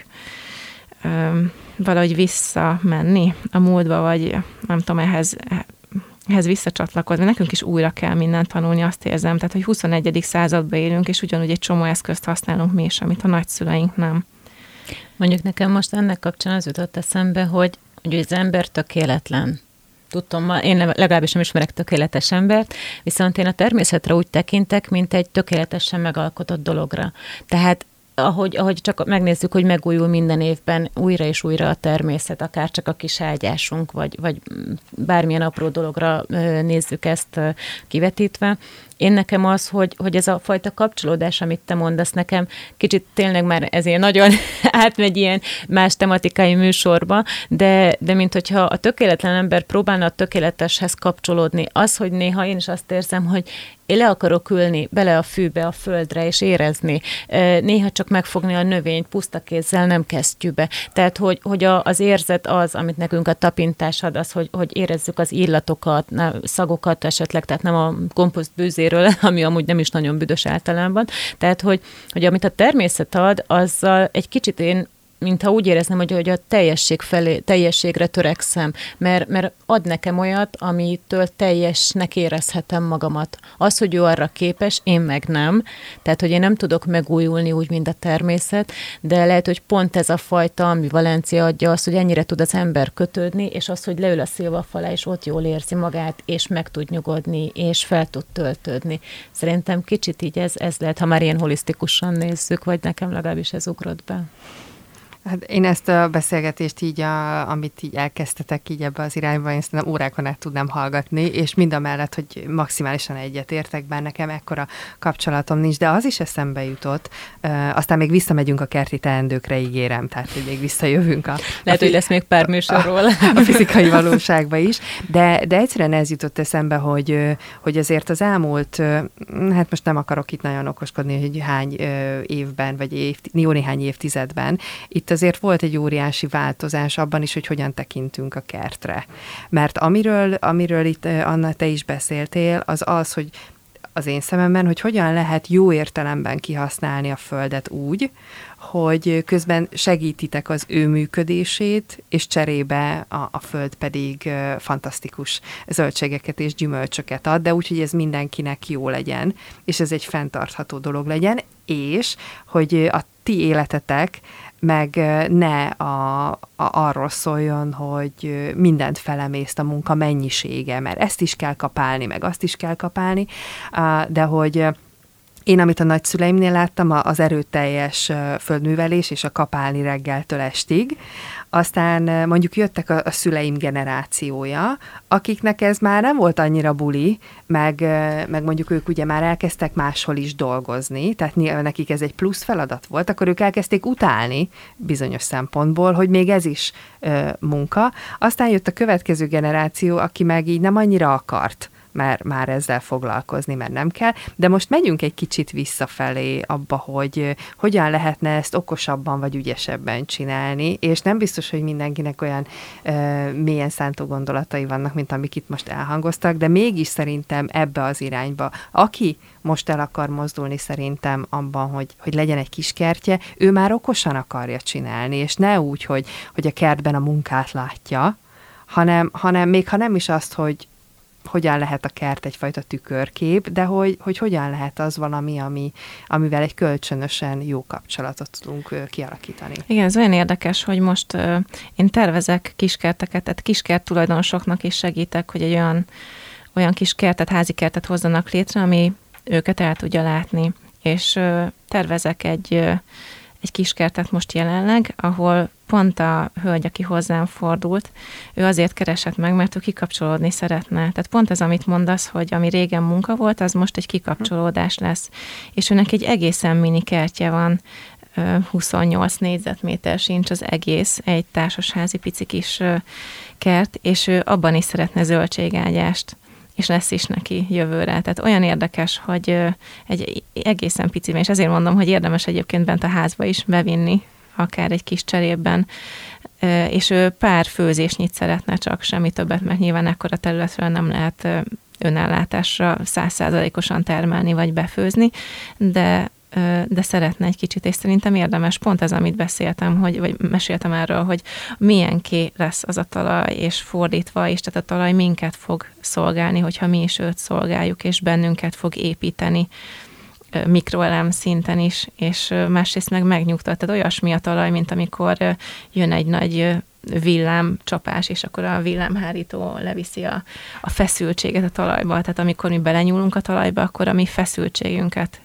öm, valahogy visszamenni a múltba, vagy nem tudom, ehhez, ehhez visszacsatlakozni. Nekünk is újra kell mindent tanulni, azt érzem. Tehát, hogy huszonegyedik században élünk, és ugyanúgy egy csomó eszközt használunk mi is, amit a nagyszüleink nem. Mondjuk nekem most ennek kapcsán az jutott eszembe, hogy, hogy az ember tökéletlen. Tudtam, én legalábbis nem ismerek tökéletes embert, viszont én a természetre úgy tekintek, mint egy tökéletesen megalkotott dologra. Tehát ahogy, ahogy csak megnézzük, hogy megújul minden évben újra és újra a természet, akár csak a kis ágyásunk, vagy, vagy bármilyen apró dologra nézzük ezt kivetítve. Én nekem az, hogy, hogy ez a fajta kapcsolódás, amit te mondasz nekem, kicsit tényleg már ezért nagyon átmegy ilyen más tematikai műsorba, de, de mint hogyha a tökéletlen ember próbálna a tökéleteshez kapcsolódni. Az, hogy néha én is azt érzem, hogy én le akarok ülni bele a fűbe, a földre, és érezni. Néha csak megfogni a növényt, puszta kézzel, nem kesztyűbe. Tehát, hogy, hogy a, az érzet az, amit nekünk a tapintás ad, az, hogy, hogy érezzük az illatokat, szagokat esetleg, tehát nem a komposztbőzéről, ami amúgy nem is nagyon büdös általában. Tehát, hogy, hogy amit a természet ad, azzal egy kicsit én mintha úgy érezném, hogy, hogy a teljesség felé, teljességre törekszem, mert, mert ad nekem olyat, amitől teljesnek érezhetem magamat. Az, hogy ő arra képes, én meg nem. Tehát, hogy én nem tudok megújulni úgy, mint a természet, de lehet, hogy pont ez a fajta ambivalencia adja azt, hogy ennyire tud az ember kötődni, és az, hogy leül a szilvafal alá, és ott jól érzi magát, és meg tud nyugodni, és fel tud töltődni. Szerintem kicsit így ez, ez lehet, ha már ilyen holisztikusan nézzük, vagy nekem legalábbis ez ugrott be. Hát én ezt a beszélgetést így, a, amit így elkezdtetek így ebbe az irányba, én szerintem órákon át tudnám hallgatni, és mind a mellett, hogy maximálisan egyetértek, bár nekem ekkora kapcsolatom nincs, de az is eszembe jutott. Uh, aztán még visszamegyünk a kerti teendőkre, ígérem, tehát hogy még visszajövünk a... Lehet, a, hogy lesz még pár műsorról. A, a fizikai valóságba is, de, de egyszerűen ez jutott eszembe, hogy, hogy azért az elmúlt, hát most nem akarok itt nagyon okoskodni, hogy hány évben, vagy év, jó néhány évtizedben, itt azért volt egy óriási változás abban is, hogy hogyan tekintünk a kertre. Mert amiről, amiről itt, Anna, te is beszéltél, az az, hogy az én szememben, hogy hogyan lehet jó értelemben kihasználni a földet úgy, hogy közben segítitek az ő működését, és cserébe a, a föld pedig fantasztikus zöldségeket és gyümölcsöket ad, de úgy, hogy ez mindenkinek jó legyen, és ez egy fenntartható dolog legyen, és hogy a ti életetek meg ne a, a, arról szóljon, hogy mindent felemészt a munka mennyisége, mert ezt is kell kapálni, meg azt is kell kapálni, de hogy én, amit a nagyszüleimnél láttam, az erőteljes földművelés és a kapálni reggeltől estig, aztán mondjuk jöttek a, a szüleim generációja, akiknek ez már nem volt annyira buli, meg, meg mondjuk ők ugye már elkezdtek máshol is dolgozni, tehát nekik ez egy plusz feladat volt, akkor ők elkezdték utálni bizonyos szempontból, hogy még ez is ö, munka. Aztán jött a következő generáció, aki meg így nem annyira akart már, már ezzel foglalkozni, mert nem kell, de most megyünk egy kicsit visszafelé abba, hogy hogyan lehetne ezt okosabban vagy ügyesebben csinálni, és nem biztos, hogy mindenkinek olyan ö, mélyen szántó gondolatai vannak, mint amik itt most elhangoztak, de mégis szerintem ebbe az irányba. Aki most el akar mozdulni szerintem abban, hogy, hogy legyen egy kis kertje, ő már okosan akarja csinálni, és ne úgy, hogy, hogy a kertben a munkát látja, hanem, hanem még ha nem is azt, hogy hogyan lehet a kert egyfajta tükörkép, de hogy, hogy hogyan lehet az valami, ami, amivel egy kölcsönösen jó kapcsolatot tudunk uh, kialakítani. Igen, ez olyan érdekes, hogy most uh, én tervezek kiskerteket, tehát kiskert tulajdonosoknak is segítek, hogy egy olyan, olyan kis kertet, házi kertet hozzanak létre, ami őket el tudja látni. És uh, tervezek egy, uh, egy kiskertet most jelenleg, ahol pont a hölgy, aki hozzám fordult, ő azért keresett meg, mert ő kikapcsolódni szeretne. Tehát pont ez, amit mondasz, hogy ami régen munka volt, az most egy kikapcsolódás lesz. És őnek egy egészen mini kertje van, huszonnyolc négyzetméter sincs az egész, egy társasházi pici kis kert, és ő abban is szeretne zöldségágyást, és lesz is neki jövőre. Tehát olyan érdekes, hogy egy egészen piciben, és ezért mondom, hogy érdemes egyébként bent a házba is bevinni, akár egy kis cserében és ő pár főzésnyit szeretne, csak semmi többet, mert nyilván ekkora területről nem lehet önellátásra százszázalékosan termelni vagy befőzni, de de szeretne egy kicsit, és szerintem érdemes, pont ez, amit beszéltem, hogy, vagy meséltem erről, hogy milyenké lesz az a talaj, és fordítva is, tehát a talaj minket fog szolgálni, hogyha mi is őt szolgáljuk, és bennünket fog építeni mikroelem szinten is, és másrészt meg megnyugtat. Tehát olyasmi a talaj, mint amikor jön egy nagy villámcsapás, és akkor a villámhárító leviszi a, a feszültséget a talajba. Tehát amikor mi belenyúlunk a talajba, akkor a mi feszültségünket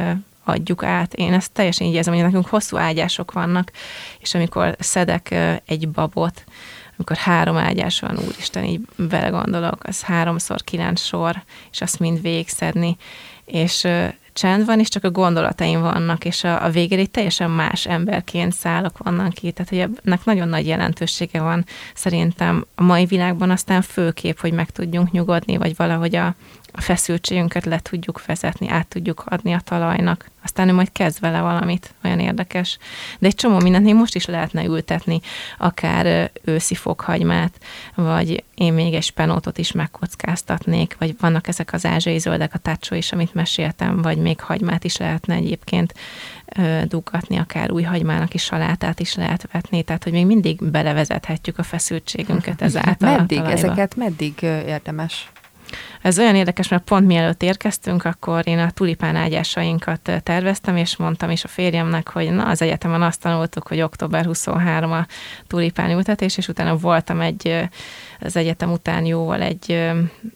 adjuk át. Én ezt teljesen így érzem, hogy nekünk hosszú ágyások vannak, és amikor szedek egy babot, amikor három ágyás van, úristen, így belegondolok, az háromszor kilenc sor, és azt mind végigszedni, és csend van, és csak a gondolataim vannak, és a, a végére egy teljesen más emberként szállok vannak ki, tehát hogy ennek nagyon nagy jelentősége van szerintem a mai világban, aztán főképp, hogy meg tudjunk nyugodni, vagy valahogy a, a feszültségünket le tudjuk vezetni, át tudjuk adni a talajnak. Aztán ő majd kezd vele valamit, olyan érdekes. De egy csomó mindent még most is lehetne ültetni, akár őszi fokhagymát, vagy én még egy spenótot is megkockáztatnék, vagy vannak ezek az ázsiai zöldek, a tácsó is, amit meséltem, vagy még hagymát is lehetne egyébként duggatni, akár új hagymának is salátát is lehet vetni, tehát hogy még mindig belevezethetjük a feszültségünket ezáltal. Meddig? Ezeket meddig érdemes? Ez olyan érdekes, mert pont mielőtt érkeztünk, akkor én a tulipán ágyásainkat terveztem, és mondtam is a férjemnek, hogy na, az egyetemen azt tanultuk, hogy október huszonharmadika a tulipán ültetés, és utána voltam egy, az egyetem után jóval egy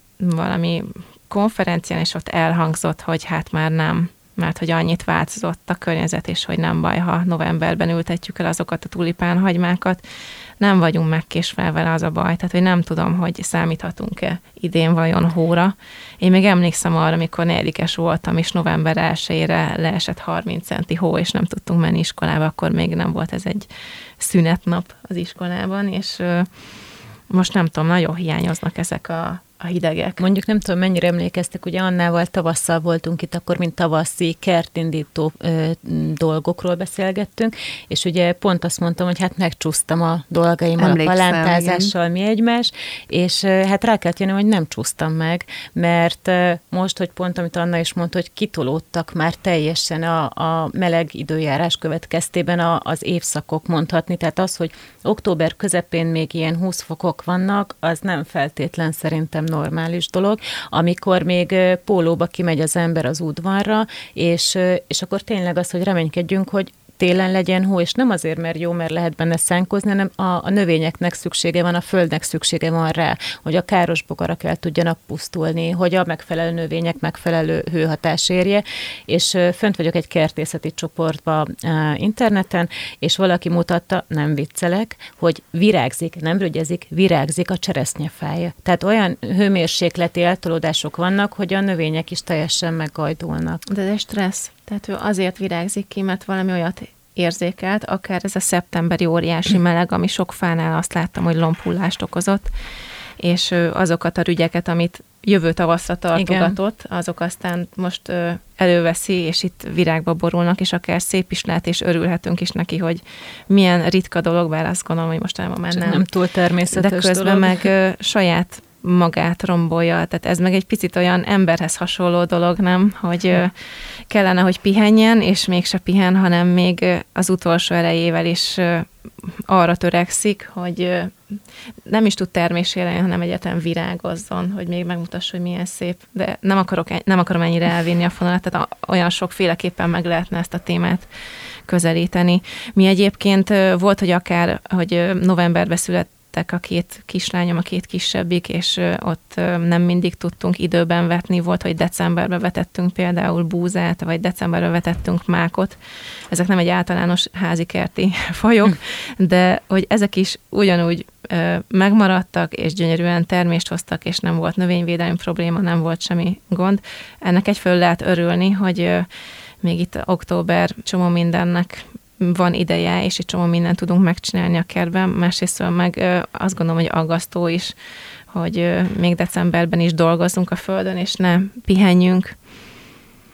valami konferencián, és ott elhangzott, hogy hát már nem, mert hogy annyit változott a környezet, és hogy nem baj, ha novemberben ültetjük el azokat a tulipánhagymákat. Nem vagyunk megkésve vele, az a baj, tehát hogy nem tudom, hogy számíthatunk-e idén vajon hóra. Én még emlékszem arra, amikor negyedikes voltam, és november elsejére leesett harminc centi hó, és nem tudtunk menni iskolába, akkor még nem volt ez egy szünetnap az iskolában, és most nem tudom, nagyon hiányoznak ezek a a hidegek. Mondjuk nem tudom, mennyire emlékeztek, ugye Annával tavasszal voltunk itt, akkor mint tavaszi kertindító ö, dolgokról beszélgettünk, és ugye pont azt mondtam, hogy hát megcsúsztam a dolgaimmal, Emlékszem, a palántázással, igen. mi egymás, és ö, hát rá kellett jönnöm, hogy nem csúsztam meg, mert ö, most, hogy pont, amit Anna is mondta, hogy kitolódtak már teljesen a, a meleg időjárás következtében a, az évszakok mondhatni, tehát az, hogy október közepén még ilyen húsz fokok vannak, az nem feltétlen szerintem normális dolog, amikor még pólóba kimegy az ember az udvarra, és, és akkor tényleg az, hogy reménykedjünk, hogy télen legyen hó, és nem azért, mert jó, mert lehet benne szánkozni, hanem a, a növényeknek szüksége van, a földnek szüksége van rá, hogy a káros bogarak el tudjanak pusztulni, hogy a megfelelő növények megfelelő hőhatás érje, és fönt vagyok egy kertészeti csoportba interneten, és valaki mutatta, nem viccelek, hogy virágzik, nem rügyezik, virágzik a cseresznyefája. Tehát olyan hőmérsékleti eltolódások vannak, hogy a növények is teljesen meggajdulnak. De ez stressz. Tehát ő azért virágzik ki, mert valami olyat érzékelt, akár ez a szeptemberi óriási meleg, ami sok fánál azt láttam, hogy lombhullást okozott, és azokat a rügyeket, amit jövő tavaszra tartogatott, igen. azok aztán most előveszi, és itt virágba borulnak, és akár szép is lehet, és örülhetünk is neki, hogy milyen ritka dolog, bár azt gondolom, hogy most már nem. nem túl természetes de közben dolog. meg saját magát rombolja, tehát ez meg egy picit olyan emberhez hasonló dolog, nem? Hogy kellene, hogy pihenjen, és mégse pihen, hanem még az utolsó erejével is arra törekszik, hogy nem is tud termésére lenni, hanem egyetem virágozzon, hogy még megmutassa, hogy milyen szép. De nem, akarok, nem akarom ennyire elvinni a fonalat, tehát olyan sokféleképpen meg lehetne ezt a témát közelíteni. Mi egyébként volt, hogy akár, hogy novemberben született a két kislányom, a két kisebbik, és ott nem mindig tudtunk időben vetni. Volt, hogy decemberben vetettünk például búzát, vagy decemberben vetettünk mákot. Ezek nem egy általános házi kerti fajok, de hogy ezek is ugyanúgy megmaradtak, és gyönyörűen termést hoztak, és nem volt növényvédelmi probléma, nem volt semmi gond. Ennek egyfelől lehet örülni, hogy még itt október csomó mindennek van ideje, és egy csomó mindent tudunk megcsinálni a kertben. Másrészt meg azt gondolom, hogy aggasztó is, hogy még decemberben is dolgozzunk a földön, és ne pihenjünk.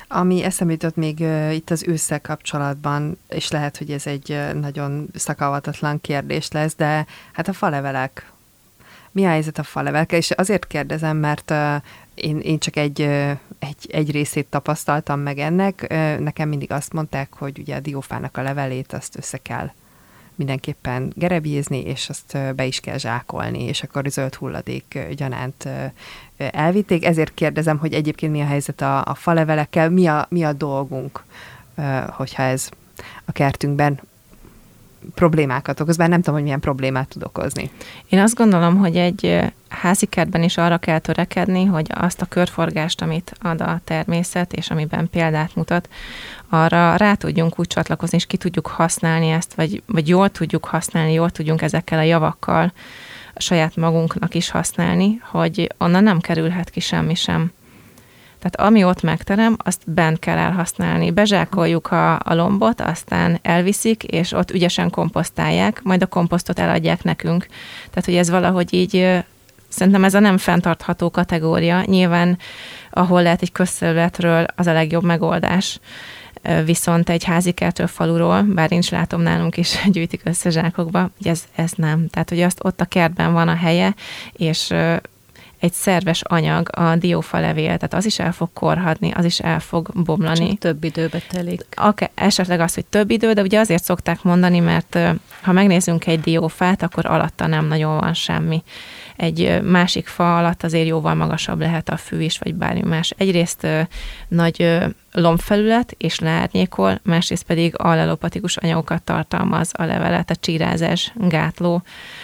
Ami eszembe jutott még uh, itt az ősszel kapcsolatban, és lehet, hogy ez egy uh, nagyon szakavatatlan kérdés lesz, de hát a falevelek. Mi a helyzet a falevelekkel? És azért kérdezem, mert uh, én, én csak egy, uh, egy, egy részét tapasztaltam meg ennek. Uh, nekem mindig azt mondták, hogy ugye a diófának a levelét azt össze kell mindenképpen gerebjézni, és azt be is kell zsákolni, és akkor zöld hulladék gyanánt elvitték. Ezért kérdezem, hogy egyébként mi a helyzet a, a falevelekkel, mi a, mi a dolgunk, hogyha ez a kertünkben problémákat okoz, bár nem tudom, hogy milyen problémát tud okozni. Én azt gondolom, hogy egy házi kertben is arra kell törekedni, hogy azt a körforgást, amit ad a természet, és amiben példát mutat, arra rá tudjunk úgy csatlakozni, és ki tudjuk használni ezt, vagy, vagy jól tudjuk használni, jól tudjunk ezekkel a javakkal a saját magunknak is használni, hogy onnan nem kerülhet ki semmi sem. Tehát ami ott megterem, azt bent kell elhasználni. Bezsákoljuk a, a lombot, aztán elviszik, és ott ügyesen komposztálják, majd a komposztot eladják nekünk. Tehát, hogy ez valahogy így, szerintem ez a nem fenntartható kategória. Nyilván, ahol lehet egy közterületről, az a legjobb megoldás. Viszont egy házi kertről, faluról, bár én is látom, nálunk is gyűjtik össze zsákokba, hogy ez, ez nem. Tehát, hogy azt ott a kertben van a helye, és egy szerves anyag, a diófalevél, tehát az is el fog korhadni, az is el fog bomlani. Csak több időbe telik. Akár esetleg az, hogy több idő, de ugye azért szokták mondani, mert ha megnézzünk egy diófát, akkor alatta nem nagyon van semmi. Egy másik fa alatt azért jóval magasabb lehet a fű is, vagy bármi más. Egyrészt nagy lombfelület és leárnyékol, másrészt pedig allelopatikus anyagokat tartalmaz a levelet, a csírázás, gátló,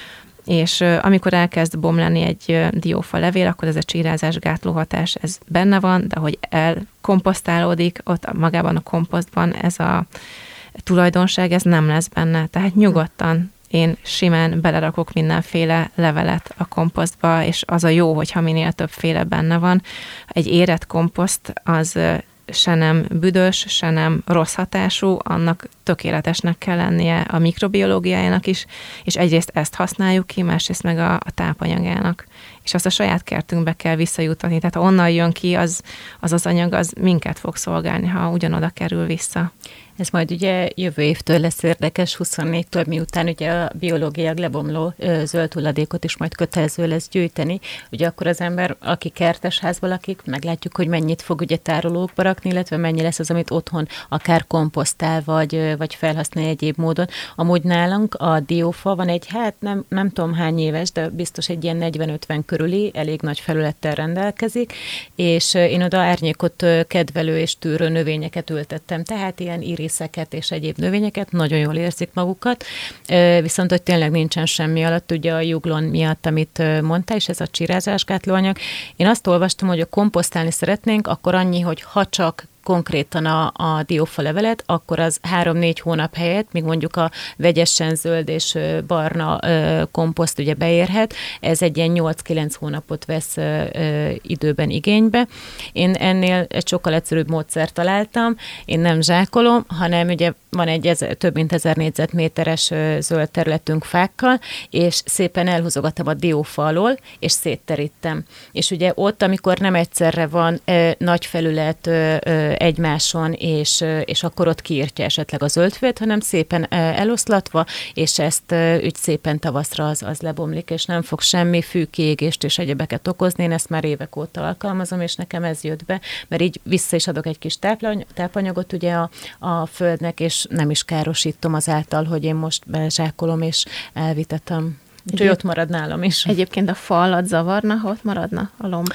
és amikor elkezd bomlani egy diófa levél, akkor ez a csírázás, gátló hatás, ez benne van, de hogy elkomposztálódik, ott magában a komposztban ez a tulajdonság, ez nem lesz benne. Tehát nyugodtan én simán belerakok mindenféle levelet a komposztba, és az a jó, hogyha minél többféle benne van. Egy érett komposzt az se nem büdös, se nem rossz hatású, annak tökéletesnek kell lennie a mikrobiológiájának is, és egyrészt ezt használjuk ki, másrészt meg a, a tápanyagának. És azt a saját kertünkbe kell visszajutatni. Tehát ha onnan jön ki, az az, az anyag, az minket fog szolgálni, ha ugyanoda kerül vissza. Ez majd ugye jövő évtől lesz érdekes, huszonnégytől, miután ugye a biológiailag lebomló zöld hulladékot is majd kötelező lesz gyűjteni. Ugye akkor az ember, aki kertesházban lakik, meglátjuk, hogy mennyit fog ugye tárolókba rakni, illetve mennyi lesz az, amit otthon akár komposztál, vagy, vagy felhasznál egyéb módon. Amúgy nálunk a diófa van egy, hát nem, nem tudom hány éves, de biztos egy ilyen negyven-ötven körüli, elég nagy felülettel rendelkezik, és én oda árnyékot kedvelő és tűrő növényeket ültettem, tehát ilyen iriszeket és egyéb növényeket, nagyon jól érzik magukat, viszont hogy tényleg nincsen semmi alatt, ugye a juglon miatt, amit mondtál, és ez a csírázásgátló anyag. Én azt olvastam, hogy a komposztálni szeretnénk, akkor annyi, hogy ha csak konkrétan a, a diófa levelet, akkor az három-négy hónap helyett, míg mondjuk a vegyesen zöld és barna ö, komposzt ugye beérhet, ez egy ilyen nyolc-kilenc hónapot vesz ö, ö, időben igénybe. Én ennél egy sokkal egyszerűbb módszert találtam, én nem zsákolom, hanem ugye van egy ezer, több mint ezer négyzetméteres ö, zöld területünk fákkal, és szépen elhúzogatom a diófa alól, és szétterítem. És ugye ott, amikor nem egyszerre van ö, nagy felület ö, ö, egymáson, és, és akkor ott kiírtja esetleg a zöldföld, hanem szépen eloszlatva, és ezt úgy szépen tavaszra az, az lebomlik, és nem fog semmi fűkiégést és egyebeket okozni. Én ezt már évek óta alkalmazom, és nekem ez jött be, mert így vissza is adok egy kis tápanyagot ugye a, a földnek, és nem is károsítom azáltal, hogy én most bezsákolom és elvitetem. Úgyhogy ott marad nálam is. Egyébként a fa alatt zavarna, ha ott maradna a lomb?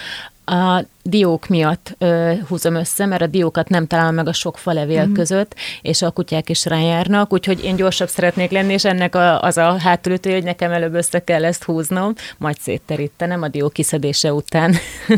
A diók miatt ö, húzom össze, mert a diókat nem találom meg a sok falevél mm-hmm. között, és a kutyák is rájárnak, úgyhogy én gyorsabb szeretnék lenni, és ennek a, az a hátulütő, hogy nekem előbb össze kell ezt húznom, majd szétterítenem a dió kiszedése után.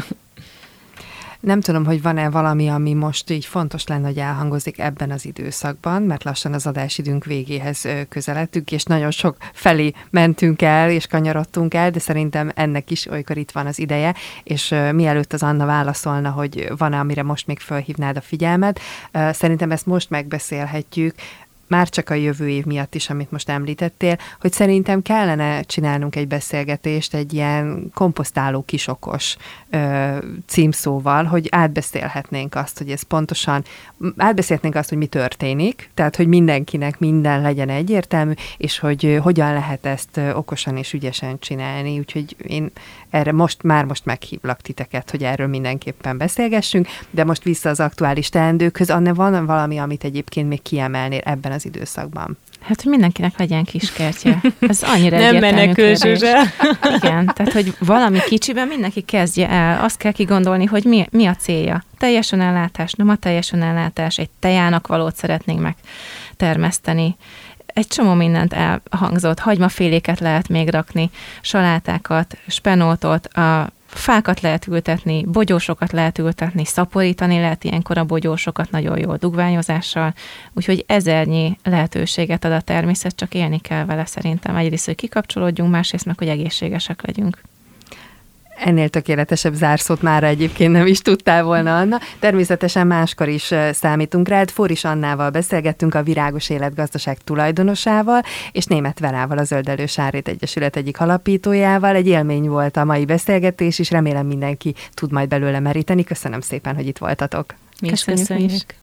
Nem tudom, hogy van-e valami, ami most így fontos lenne, hogy elhangozik ebben az időszakban, mert lassan az adásidőnk végéhez közeledtünk, és nagyon sok felé mentünk el, és kanyarodtunk el, de szerintem ennek is olykor itt van az ideje, és mielőtt az Anna válaszolna, hogy van-e, amire most még felhívnád a figyelmet, szerintem ezt most megbeszélhetjük. már csak a jövő év miatt is, amit most említettél, hogy szerintem kellene csinálnunk egy beszélgetést egy ilyen komposztáló kisokos ö, címszóval, hogy átbeszélhetnénk azt, hogy ez pontosan, átbeszélhetnénk azt, hogy mi történik, tehát, hogy mindenkinek minden legyen egyértelmű, és hogy hogyan lehet ezt okosan és ügyesen csinálni. Úgyhogy én erre most, már most meghívlak titeket, hogy erről mindenképpen beszélgessünk, de most vissza az aktuális teendőkhöz. Anna, van valami, amit egyébként még kiemelnél ebben az időszakban? Hát, hogy mindenkinek legyen kiskertje. Ez annyira nem egyértelmű menekül, Zsuzsa. Igen, tehát, hogy valami kicsiben mindenki kezdje el. Azt kell kigondolni, hogy mi, mi a célja. Teljes önellátás, nem a teljes önellátás, egy tejának valót szeretnénk megtermeszteni. Egy csomó mindent elhangzott, hagymaféléket lehet még rakni, salátákat, spenótot, a fákat lehet ültetni, bogyósokat lehet ültetni, szaporítani lehet ilyenkor a bogyósokat nagyon jól dugványozással, úgyhogy ezernyi lehetőséget ad a természet, csak élni kell vele szerintem. Egyrészt, hogy kikapcsolódjunk, másrészt meg, hogy egészségesek legyünk. Ennél tökéletesebb zárszót mára egyébként nem is tudtál volna, Anna. Természetesen máskor is számítunk rád. Fóris Annával beszélgettünk, a Virágos Életgazdaság tulajdonosával, és Németh Verával, a Zöldelő Sárrét Egyesület egyik alapítójával. Egy élmény volt a mai beszélgetés, és remélem mindenki tud majd belőle meríteni. Köszönöm szépen, hogy itt voltatok. Mi is köszönjük.